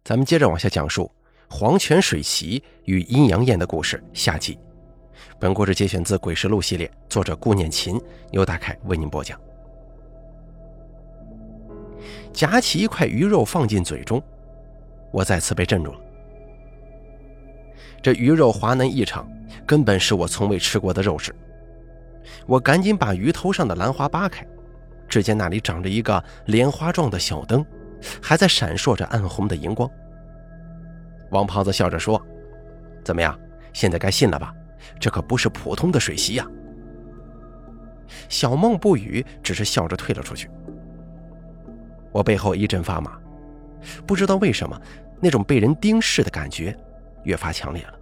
咱们接着往下讲述黄泉水席与阴阳宴的故事下集。本故事节选自《鬼事录》系列，作者顾念琴，由大凯为您播讲。夹起一块鱼肉放进嘴中，我再次被震住了。这鱼肉滑嫩异常，根本是我从未吃过的肉质。我赶紧把鱼头上的兰花扒开，只见那里长着一个莲花状的小灯，还在闪烁着暗红的荧光。王胖子笑着说：“怎么样，现在该信了吧？这可不是普通的水席呀。”小梦不语，只是笑着退了出去。我背后一阵发麻，不知道为什么，那种被人盯视的感觉越发强烈了。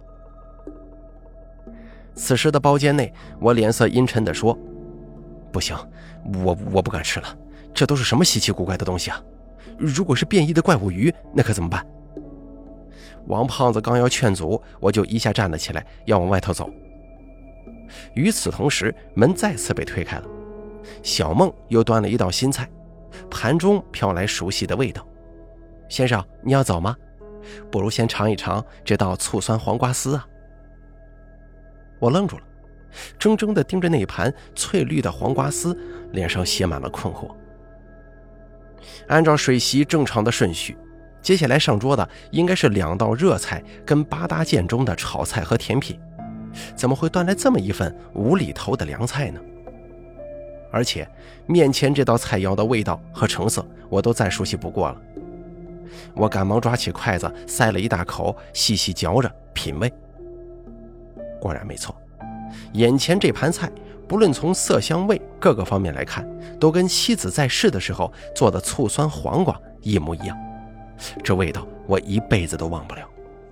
此时的包间内，我脸色阴沉地说：“不行，我不敢吃了，这都是什么稀奇古怪的东西啊？如果是变异的怪物鱼，那可怎么办？”王胖子刚要劝阻，我就一下站了起来，要往外头走。与此同时，门再次被推开了，小梦又端了一道新菜，盘中飘来熟悉的味道。“先生，你要走吗？不如先尝一尝这道醋酸黄瓜丝啊。”我愣住了，怔怔地盯着那一盘翠绿的黄瓜丝，脸上写满了困惑。按照水席正常的顺序，接下来上桌的应该是2道热菜跟8大件中的炒菜和甜品，怎么会端来这么一份无厘头的凉菜呢？而且面前这道菜肴的味道和成色我都再熟悉不过了。我赶忙抓起筷子塞了一大口，细细嚼着品味。果然没错，眼前这盘菜不论从色香味各个方面来看，都跟妻子在世的时候做的醋酸黄瓜一模一样，这味道我一辈子都忘不了。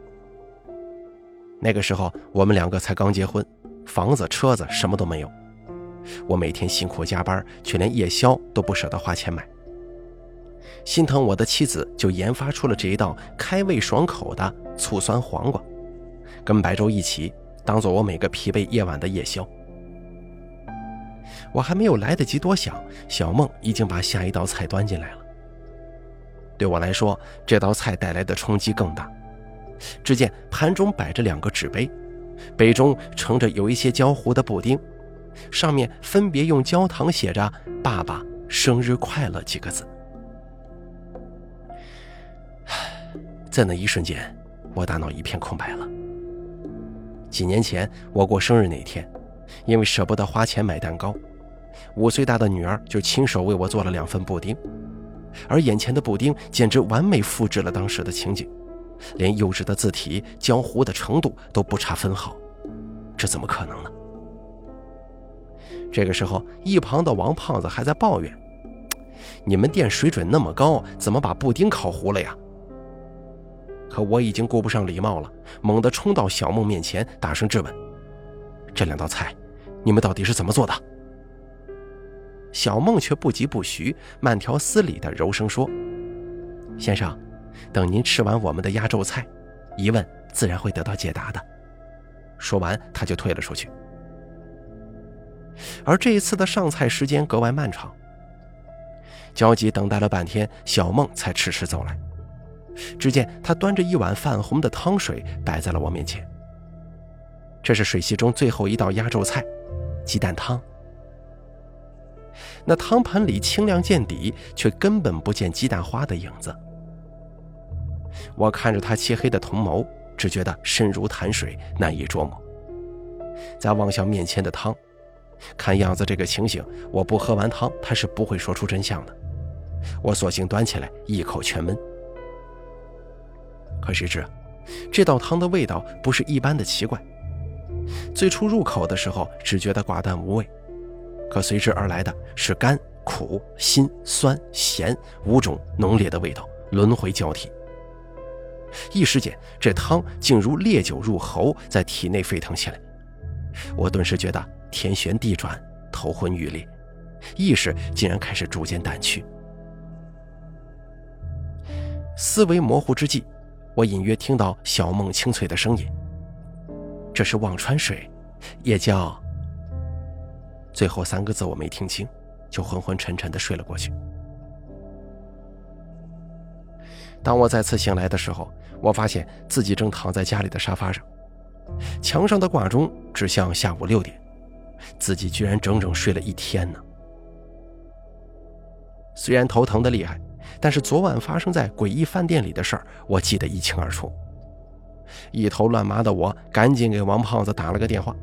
那个时候我们2个才刚结婚，房子车子什么都没有，我每天辛苦加班，却连夜宵都不舍得花钱买。心疼我的妻子就研发出了这一道开胃爽口的醋酸黄瓜，跟白粥一起当做我每个疲惫夜晚的夜宵。我还没有来得及多想，小梦已经把下一道菜端进来了。对我来说，这道菜带来的冲击更大。只见盘中摆着2个纸杯，杯中盛着有一些焦糊的布丁，上面分别用焦糖写着“爸爸生日快乐”几个字。在那一瞬间，我大脑一片空白了。几年前我过生日那天，因为舍不得花钱买蛋糕，5岁大的女儿就亲手为我做了2份布丁，而眼前的布丁简直完美复制了当时的情景，连幼稚的字体、焦糊的程度都不差分毫，这怎么可能呢？这个时候，一旁的王胖子还在抱怨：“你们店水准那么高，怎么把布丁烤糊了呀？”可我已经顾不上礼貌了，猛地冲到小梦面前，大声质问：“这2道菜，你们到底是怎么做的？”小梦却不疾不徐，慢条斯理地柔声说：“先生，等您吃完我们的压轴菜，疑问自然会得到解答的。”说完，他就退了出去。而这一次的上菜时间格外漫长，焦急等待了半天，小梦才迟迟走来。只见他端着一碗泛红的汤水摆在了我面前，这是水席中最后一道压轴菜——鸡蛋汤。那汤盆里清亮见底，却根本不见鸡蛋花的影子。我看着他漆黑的瞳眸，只觉得深如潭水，难以捉摸。再望向面前的汤，看样子这个情形，我不喝完汤他是不会说出真相的。我索性端起来一口全闷。可谁知这道汤的味道不是一般的奇怪。最初入口的时候只觉得寡淡无味，可随之而来的是甘、苦、辛、酸、咸5种浓烈的味道轮回交替。一时间，这汤竟如烈酒入喉，在体内沸腾起来。我顿时觉得天旋地转，头昏欲裂，意识竟然开始逐渐淡去。思维模糊之际，我隐约听到小梦清脆的声音：“这是忘川水，也叫……”最后3个字我没听清，就昏昏沉沉地睡了过去。 当我再次醒来的时候，我发现自己正躺在家里的沙发上，墙上的挂钟指向下午6点，自己居然整整睡了一天呢。虽然头疼的厉害，但是昨晚发生在诡异饭店里的事儿我记得一清二楚。一头乱麻的我赶紧给王胖子打了个电话。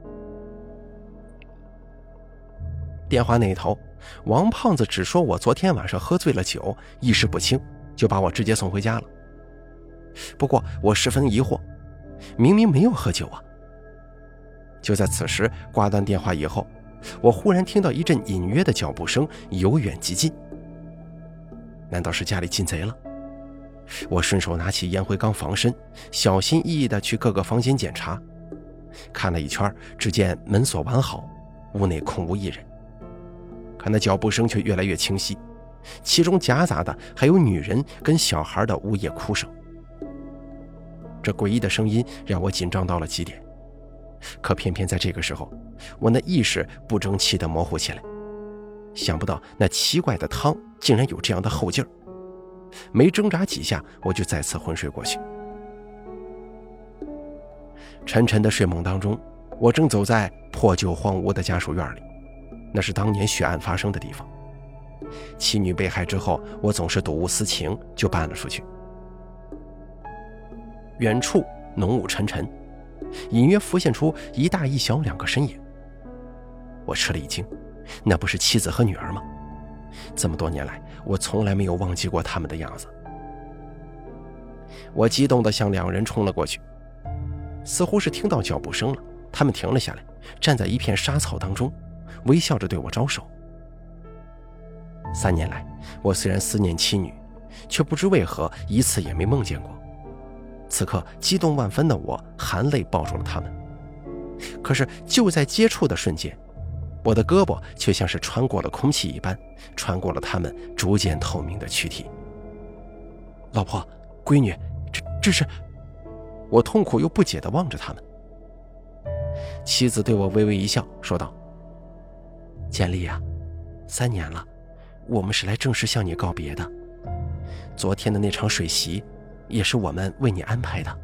电话那头，王胖子只说我昨天晚上喝醉了酒，意识不清，就把我直接送回家了。不过我十分疑惑，明明没有喝酒啊。就在此时，挂断电话以后，我忽然听到一阵隐约的脚步声由远及近。难道是家里进贼了？我顺手拿起烟灰缸防身，小心翼翼地去各个房间检查，看了一圈，只见门锁完好，屋内空无一人。可那脚步声却越来越清晰，其中夹杂的还有女人跟小孩的呜咽哭声。这诡异的声音让我紧张到了极点，可偏偏在这个时候，我那意识不争气地模糊起来。想不到那奇怪的汤竟然有这样的后劲儿，没挣扎几下，我就再次昏睡过去。沉沉的睡梦当中，我正走在破旧荒芜的家属院里，那是当年血案发生的地方。妻女被害之后，我总是睹物思情，就搬了出去。远处浓雾沉沉，隐约浮现出一大一小2个身影。我吃了一惊，那不是妻子和女儿吗？这么多年来，我从来没有忘记过他们的样子。我激动地向2人冲了过去，似乎是听到脚步声了，他们停了下来，站在一片沙草当中，微笑着对我招手。3年来，我虽然思念妻女，却不知为何一次也没梦见过。此刻激动万分的我含泪抱住了他们，可是就在接触的瞬间，我的胳膊却像是穿过了空气一般，穿过了他们逐渐透明的躯体。老婆，闺女，这是……我痛苦又不解地望着他们。妻子对我微微一笑，说道：建立啊，3年了，我们是来正式向你告别的。昨天的那场水席也是我们为你安排的。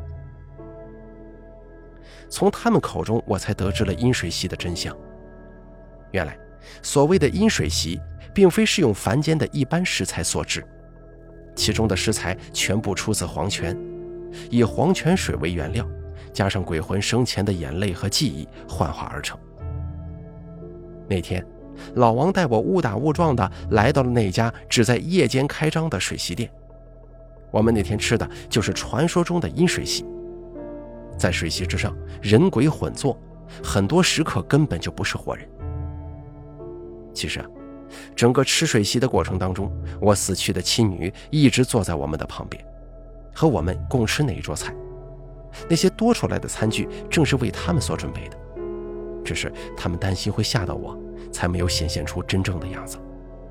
从他们口中，我才得知了阴水席的真相。原来所谓的阴水席并非是用凡间的一般食材所制，其中的食材全部出自黄泉，以黄泉水为原料，加上鬼魂生前的眼泪和记忆幻化而成。那天老王带我误打误撞地来到了那家只在夜间开张的水席店。我们那天吃的就是传说中的阴水席，在水席之上人鬼混作，很多食客根本就不是活人。其实整个吃水席的过程当中，我死去的妻女一直坐在我们的旁边，和我们共吃那一桌菜。那些多出来的餐具正是为他们所准备的，只是他们担心会吓到我，才没有显现出真正的样子。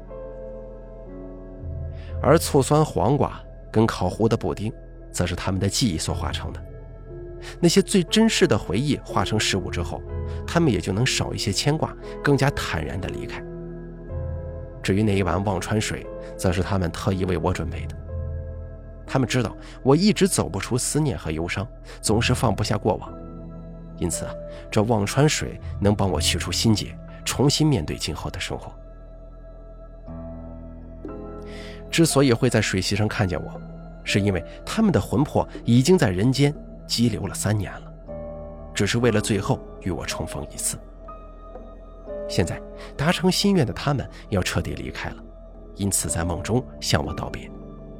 而醋酸黄瓜跟烤糊的布丁，则是他们的记忆所化成的。那些最真实的回忆化成食物之后，他们也就能少一些牵挂，更加坦然地离开。至于那一碗忘川水，则是他们特意为我准备的。他们知道我一直走不出思念和忧伤，总是放不下过往，因此这忘川水能帮我去除心结，重新面对今后的生活。之所以会在水席上看见我，是因为他们的魂魄已经在人间激流了3年了，只是为了最后与我重逢一次。现在达成心愿的他们要彻底离开了，因此在梦中向我道别。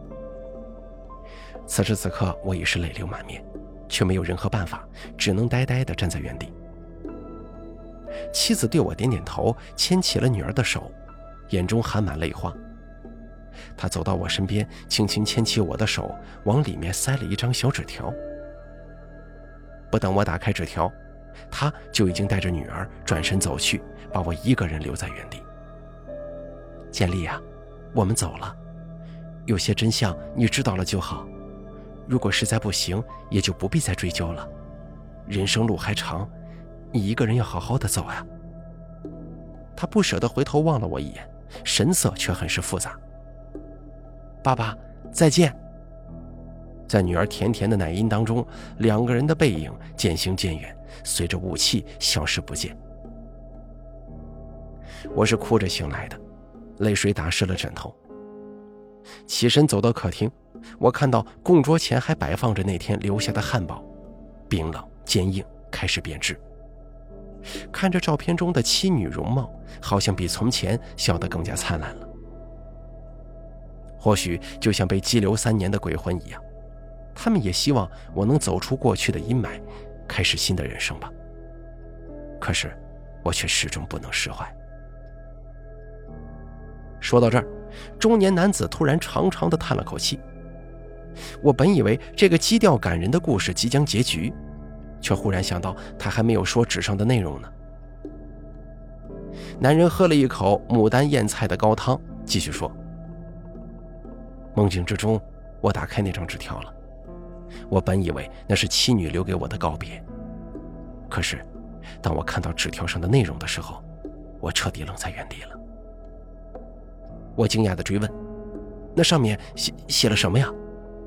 此时此刻，我已是泪流满面，却没有任何办法，只能呆呆地站在原地。妻子对我点点头，牵起了女儿的手，眼中含满泪花。她走到我身边，轻轻牵起我的手，往里面塞了一张小纸条。不等我打开纸条，她就已经带着女儿转身走去，把我一个人留在原地。建立啊，我们走了，有些真相你知道了就好，如果实在不行，也就不必再追究了。人生路还长，你一个人要好好的走呀。他不舍得回头望了我一眼，神色却很是复杂。爸爸， 再见。在女儿甜甜的奶音当中，两个人的背影渐行渐远，随着雾气消失不见。我是哭着醒来的，泪水打湿了枕头。起身走到客厅，我看到供桌前还摆放着那天留下的汉堡，冰冷坚硬，开始变质。看着照片中的妻女容貌，好像比从前笑得更加灿烂了。或许就像被羁留3年的鬼魂一样，他们也希望我能走出过去的阴霾，开始新的人生吧。可是我却始终不能释怀。说到这儿，中年男子突然长长地叹了口气。我本以为这个基调感人的故事即将结局，却忽然想到他还没有说纸上的内容呢。男人喝了一口牡丹燕菜的高汤，继续说：梦境之中，我打开那张纸条了。我本以为那是妻女留给我的告别，可是当我看到纸条上的内容的时候，我彻底愣在原地了。我惊讶地追问：那上面写了什么呀？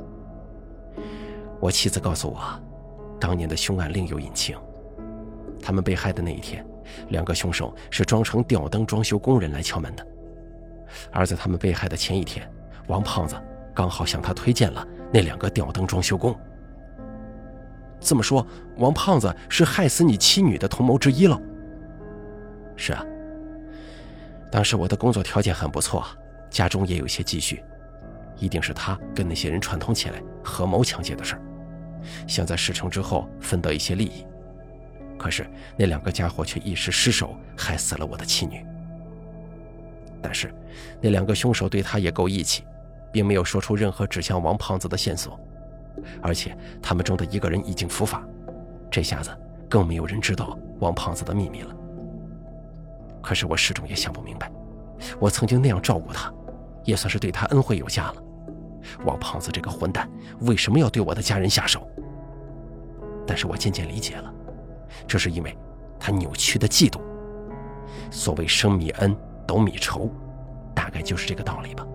我妻子告诉我，当年的凶案另有隐情。他们被害的那一天，2个凶手是装成吊灯装修工人来敲门的，而在他们被害的前一天，王胖子刚好向他推荐了那2个吊灯装修工。这么说，王胖子是害死你妻女的同谋之一了？是啊，当时我的工作条件很不错，家中也有些积蓄，一定是他跟那些人串通起来合谋抢劫的事儿，想在事成之后分得一些利益。可是那2个家伙却一时失手，害死了我的妻女。但是那2个凶手对他也够义气，并没有说出任何指向王胖子的线索，而且他们中的一个人已经伏法，这下子更没有人知道王胖子的秘密了。可是我始终也想不明白，我曾经那样照顾他，也算是对他恩惠有加了，王胖子这个混蛋为什么要对我的家人下手？但是我渐渐理解了，这是因为他扭曲的嫉妒。所谓生米恩，斗米仇，大概就是这个道理吧。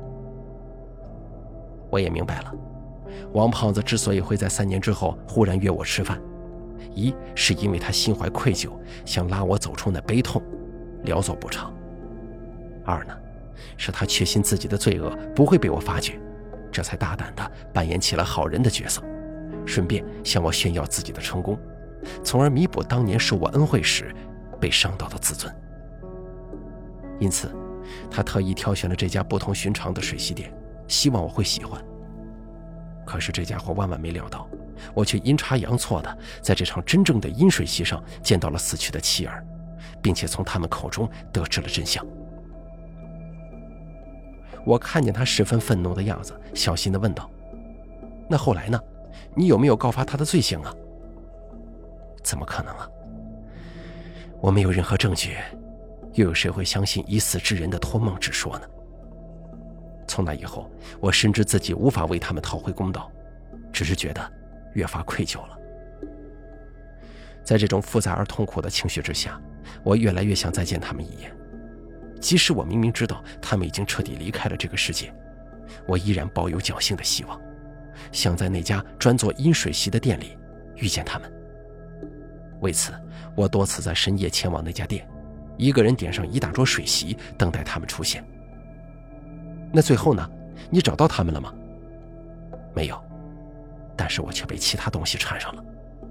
我也明白了，王胖子之所以会在3年之后忽然约我吃饭，一是因为他心怀愧疚，想拉我走出那悲痛，聊走不长；二呢，是他确信自己的罪恶不会被我发觉，这才大胆地扮演起了好人的角色，顺便向我炫耀自己的成功，从而弥补当年受我恩惠时被伤到的自尊。因此他特意挑选了这家不同寻常的水洗店，希望我会喜欢。可是这家伙万万没料到，我却阴差阳错的在这场真正的阴水席上见到了死去的妻儿，并且从他们口中得知了真相。我看见他十分愤怒的样子，小心地问道：那后来呢？你有没有告发他的罪行啊？怎么可能啊？我没有任何证据，又有谁会相信已死之人的托梦之说呢？从那以后，我深知自己无法为他们讨回公道，只是觉得越发愧疚了。在这种复杂而痛苦的情绪之下，我越来越想再见他们一眼。即使我明明知道他们已经彻底离开了这个世界，我依然抱有侥幸的希望，想在那家专做阴水席的店里遇见他们。为此，我多次在深夜前往那家店，一个人点上一大桌水席，等待他们出现。那最后呢？你找到他们了吗？没有，但是我却被其他东西缠上了。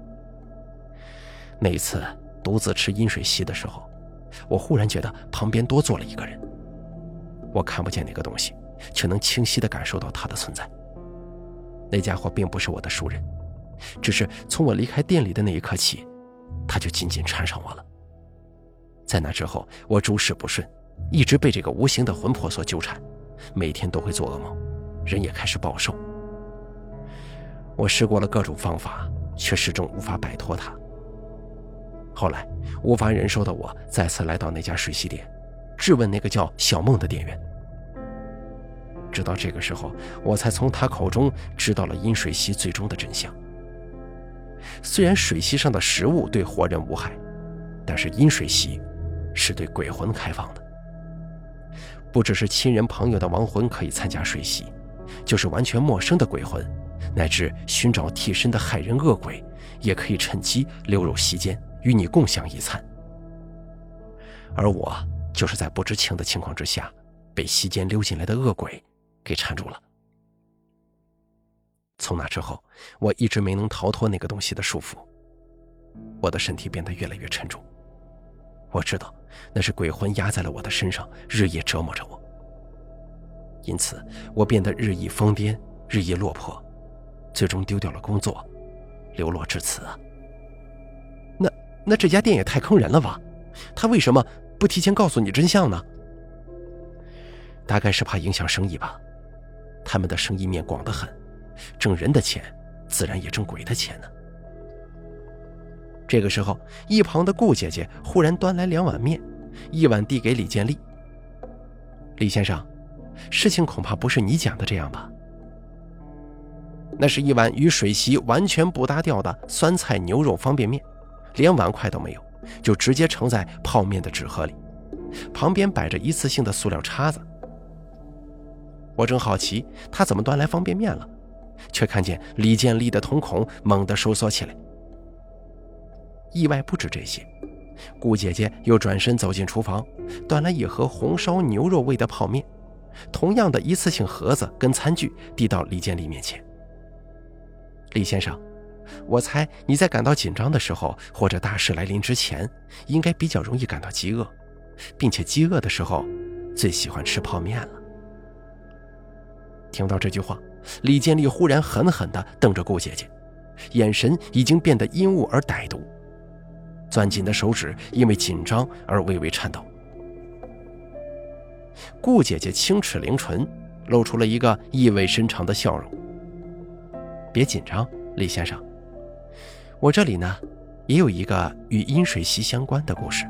那一次独自吃阴水席的时候，我忽然觉得旁边多坐了一个人。我看不见那个东西，却能清晰地感受到它的存在。那家伙并不是我的熟人，只是从我离开店里的那一刻起，他就紧紧缠上我了。在那之后，我诸事不顺，一直被这个无形的魂魄所纠缠，每天都会做噩梦，人也开始暴瘦。我试过了各种方法，却始终无法摆脱它。后来无法忍受的我再次来到那家水洗店，质问那个叫小梦的店员。直到这个时候，我才从他口中知道了阴水席最终的真相。虽然水席上的食物对活人无害，但是阴水席是对鬼魂开放的。不只是亲人朋友的亡魂可以参加水席， 就是完全陌生的鬼魂，乃至寻找替身的害人恶鬼，也可以趁机溜入席间，与你共享一餐。而我就是在不知情的情况之下，被席间溜进来的恶鬼给缠住了。从那之后，我一直没能逃脱那个东西的束缚，我的身体变得越来越沉重。我知道那是鬼魂压在了我的身上，日夜折磨着我。因此我变得日益疯癫，日益落魄，最终丢掉了工作，流落至此啊。那这家店也太坑人了吧，他为什么不提前告诉你真相呢？大概是怕影响生意吧，他们的生意面广得很，挣人的钱自然也挣鬼的钱呢。这个时候，一旁的顾姐姐忽然端来2碗面，一碗递给李建立。李先生，事情恐怕不是你讲的这样吧？那是一碗与水席完全不搭调的酸菜牛肉方便面，连碗筷都没有，就直接盛在泡面的纸盒里，旁边摆着一次性的塑料叉子。我正好奇他怎么端来方便面了，却看见李建立的瞳孔猛地收缩起来。意外不止这些，顾姐姐又转身走进厨房，端来一盒红烧牛肉味的泡面，同样的一次性盒子跟餐具递到李建立面前。李先生，我猜你在感到紧张的时候，或者大事来临之前，应该比较容易感到饥饿，并且饥饿的时候最喜欢吃泡面了。听到这句话，李建立忽然狠狠地瞪着顾姐姐，眼神已经变得阴雾而歹毒，攥紧的手指因为紧张而微微颤抖。顾姐姐轻齿灵唇，露出了一个意味深长的笑容。别紧张，李先生，我这里呢也有一个与阴水席相关的故事。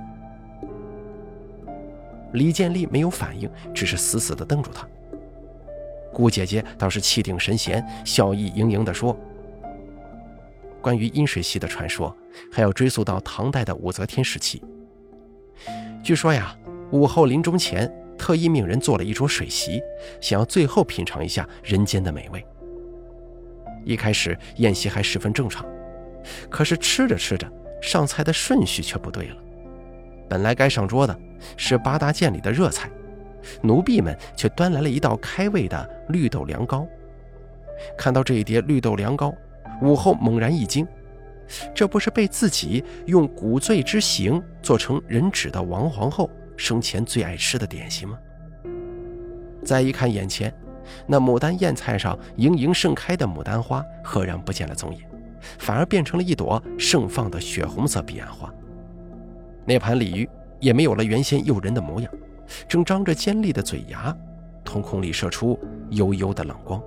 李建立没有反应，只是死死地瞪住他。顾姐姐倒是气定神闲，笑意盈盈地说，关于阴水席的传说还要追溯到唐代的武则天时期。据说呀，武后临终前特意命人做了一桌水席，想要最后品尝一下人间的美味。一开始宴席还十分正常，可是吃着吃着，上菜的顺序却不对了。本来该上桌的是八大件里的热菜，奴婢们却端来了一道开胃的绿豆凉糕。看到这一碟绿豆凉糕，武后猛然一惊，这不是被自己用骨醉之刑做成人质的王皇后生前最爱吃的点心吗？再一看眼前那牡丹宴菜上盈盈盛开的牡丹花，赫然不见了踪影，反而变成了一朵盛放的血红色彼岸花。那盘鲤鱼也没有了原先诱人的模样，正张着尖利的嘴牙，瞳孔里射出幽幽的冷光。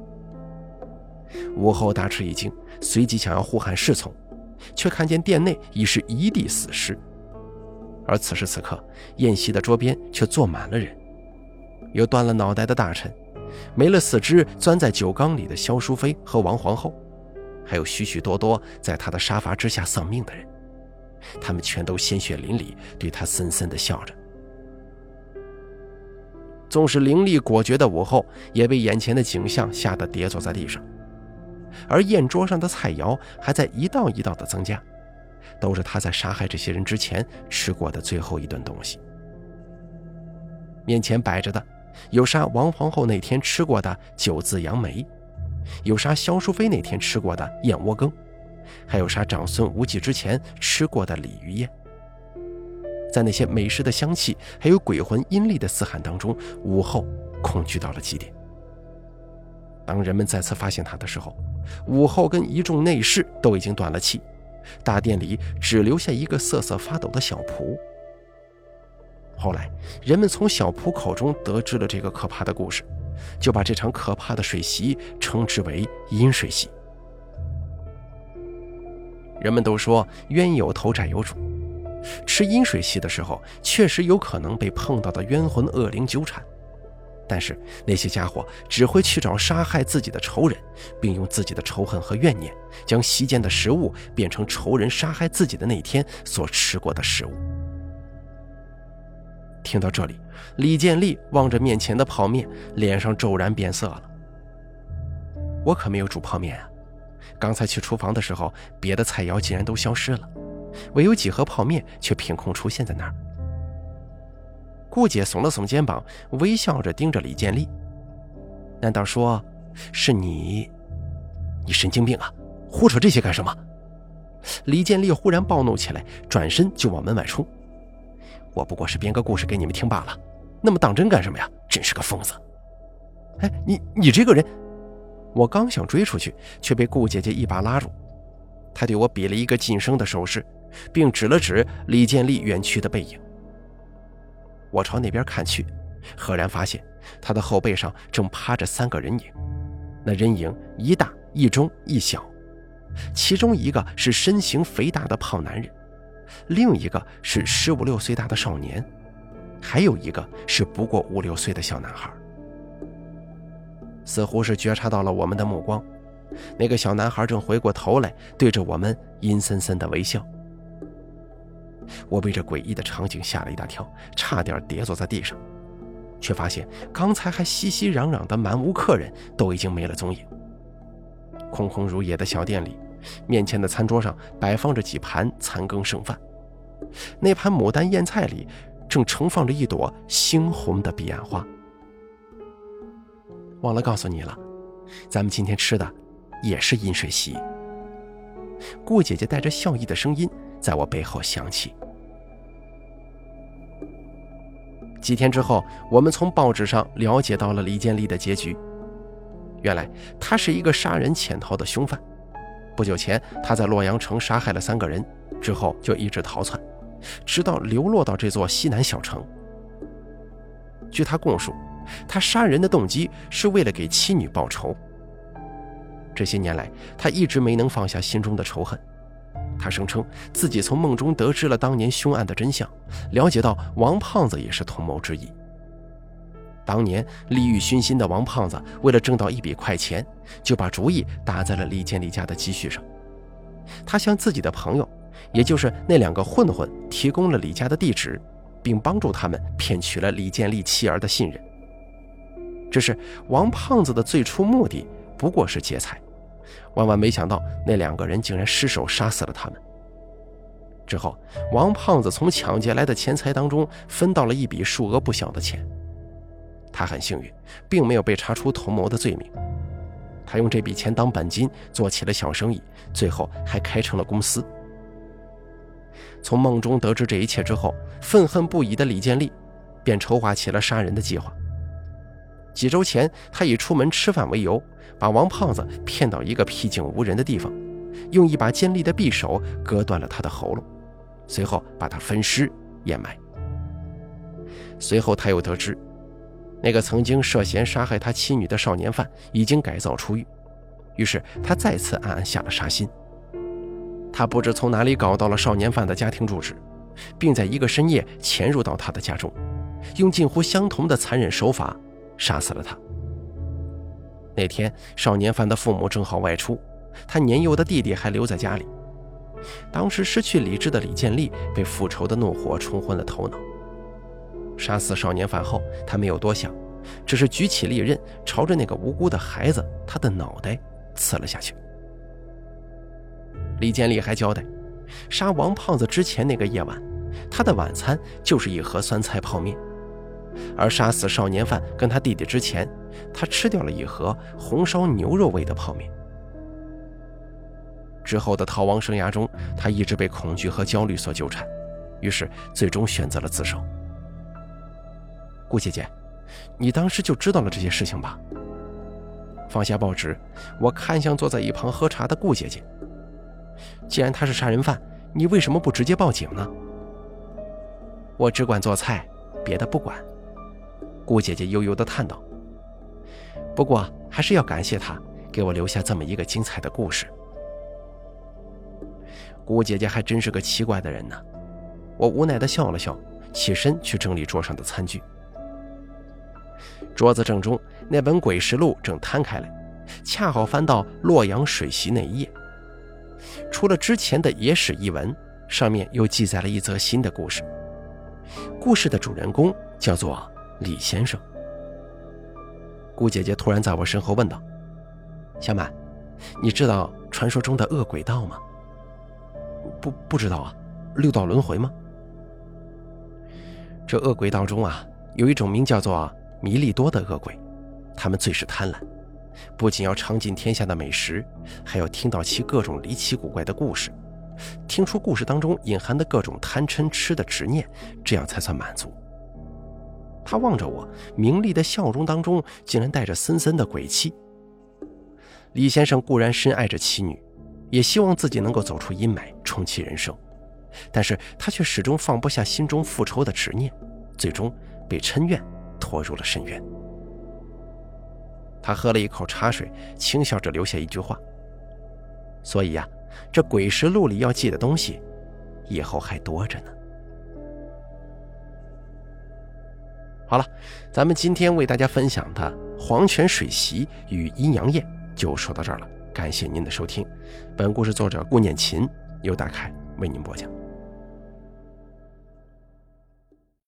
武后大吃一惊，随即想要呼喊侍从，却看见店内已是一地死尸。而此时此刻，宴席的桌边却坐满了人，有断了脑袋的大臣，没了四肢钻在酒缸里的萧淑妃和王皇后，还有许许多多在她的沙发之下丧命的人，他们全都鲜血淋漓，对她森森地笑着。纵是伶俐果决的武后，也被眼前的景象吓得跌坐在地上，而宴桌上的菜肴还在一道一道的增加，都是她在杀害这些人之前吃过的最后一顿东西。面前摆着的有杀王皇后那天吃过的9字杨梅，有杀萧淑妃那天吃过的燕窝羹，还有杀长孙无忌之前吃过的鲤鱼宴。在那些美食的香气还有鬼魂阴厉的嘶喊当中，武后恐惧到了极点。当人们再次发现她的时候，武后跟一众内侍都已经断了气，大殿里只留下一个瑟瑟发抖的小仆。后来人们从小仆口中得知了这个可怕的故事，就把这场可怕的水席称之为阴水席。人们都说冤有头债有主，吃阴水席的时候确实有可能被碰到的冤魂恶灵纠缠，但是那些家伙只会去找杀害自己的仇人，并用自己的仇恨和怨念将席间的食物变成仇人杀害自己的那天所吃过的食物。听到这里，李建立望着面前的泡面，脸上骤然变色了， 我可没有煮泡面啊，刚才去厨房的时候，别的菜肴竟然都消失了，唯有几盒泡面却凭空出现在那儿。顾姐耸了耸肩膀，微笑着盯着李建立。难道说是你神经病啊，胡扯这些干什么？李建立忽然暴怒起来，转身就往门外冲。我不过是编个故事给你们听罢了，那么当真干什么呀？真是个疯子！哎，你这个人！我刚想追出去，却被顾姐姐一把拉住。她对我比了一个噤声的手势，并指了指李建立远去的背影。我朝那边看去，赫然发现他的后背上正趴着3个人影，那人影一大一中一小，其中一个是身形肥大的胖男人，另一个是15、16岁大的少年，还有一个是不过5、6岁的小男孩。似乎是觉察到了我们的目光，那个小男孩正回过头来，对着我们阴森森的微笑。我被这诡异的场景吓了一大跳，差点跌坐在地上，却发现刚才还熙熙攘攘的满屋客人都已经没了踪影。空空如也的小店里，面前的餐桌上摆放着几盘残羹剩饭，那盘牡丹燕菜里正盛放着一朵猩红的彼岸花。忘了告诉你了，咱们今天吃的也是饮水席。顾姐姐带着笑意的声音在我背后响起。几天之后，我们从报纸上了解到了李建立的结局。原来他是一个杀人潜逃的凶犯，不久前他在洛阳城杀害了3个人，之后就一直逃窜，直到流落到这座西南小城。据他供述，他杀人的动机是为了给妻女报仇。这些年来，他一直没能放下心中的仇恨。他声称自己从梦中得知了当年凶案的真相，了解到王胖子也是同谋之一。当年利欲熏心的王胖子为了挣到一笔快钱，就把主意打在了李建立家的积蓄上。他向自己的朋友，也就是那2个混混，提供了李家的地址，并帮助他们骗取了李建立妻儿的信任。只是王胖子的最初目的不过是劫财，万万没想到那2个人竟然失手杀死了他们。之后王胖子从抢劫来的钱财当中分到了一笔数额不小的钱。他很幸运，并没有被查出同谋的罪名。他用这笔钱当本金做起了小生意，最后还开成了公司。从梦中得知这一切之后，愤恨不已的李建立便筹划起了杀人的计划。几周前，他以出门吃饭为由，把王胖子骗到一个僻静无人的地方，用一把尖利的匕首割断了他的喉咙，随后把他分尸掩埋。随后他又得知，那个曾经涉嫌杀害他妻女的少年犯已经改造出狱，于是他再次暗暗下了杀心。他不知从哪里搞到了少年犯的家庭住址，并在一个深夜潜入到他的家中，用近乎相同的残忍手法杀死了他。那天少年犯的父母正好外出，他年幼的弟弟还留在家里。当时失去理智的李建立被复仇的怒火冲昏了头脑。杀死少年犯后，他没有多想，只是举起利刃朝着那个无辜的孩子他的脑袋刺了下去。李建立还交代，杀王胖子之前那个夜晚，他的晚餐就是一盒酸菜泡面，而杀死少年犯跟他弟弟之前，他吃掉了一盒红烧牛肉味的泡面。之后的逃亡生涯中，他一直被恐惧和焦虑所纠缠，于是最终选择了自首。顾姐姐，你当时就知道了这些事情吧？放下报纸，我看向坐在一旁喝茶的顾姐姐。既然他是杀人犯，你为什么不直接报警呢？我只管做菜，别的不管。顾姐姐悠悠地叹道。不过还是要感谢他，给我留下这么一个精彩的故事。顾姐姐还真是个奇怪的人呢。我无奈地笑了笑，起身去整理桌上的餐具。桌子正中那本诡实录正摊开来，恰好翻到洛阳水席那一页。除了之前的野史一文，上面又记载了一则新的故事。故事的主人公叫做李先生。顾姐姐突然在我身后问道： 小满，你知道传说中的恶鬼道吗？不知道啊，六道轮回吗？这恶鬼道中啊，有一种名叫做弥利多的恶鬼，他们最是贪婪，不仅要尝尽天下的美食，还要听到其各种离奇古怪的故事，听出故事当中隐含的各种贪嗔痴的执念，这样才算满足。他望着我，明丽的笑容当中竟然带着森森的鬼气。李先生固然深爱着妻女，也希望自己能够走出阴霾，重启人生，但是他却始终放不下心中复仇的执念，最终被嗔怨拖入了深渊。他喝了一口茶水，轻笑着留下一句话：所以呀，这鬼实录里要记的东西以后还多着呢。好了，咱们今天为大家分享的黄泉水席与阴阳眼就说到这儿了，感谢您的收听。本故事作者顾念琴由大凯为您播讲。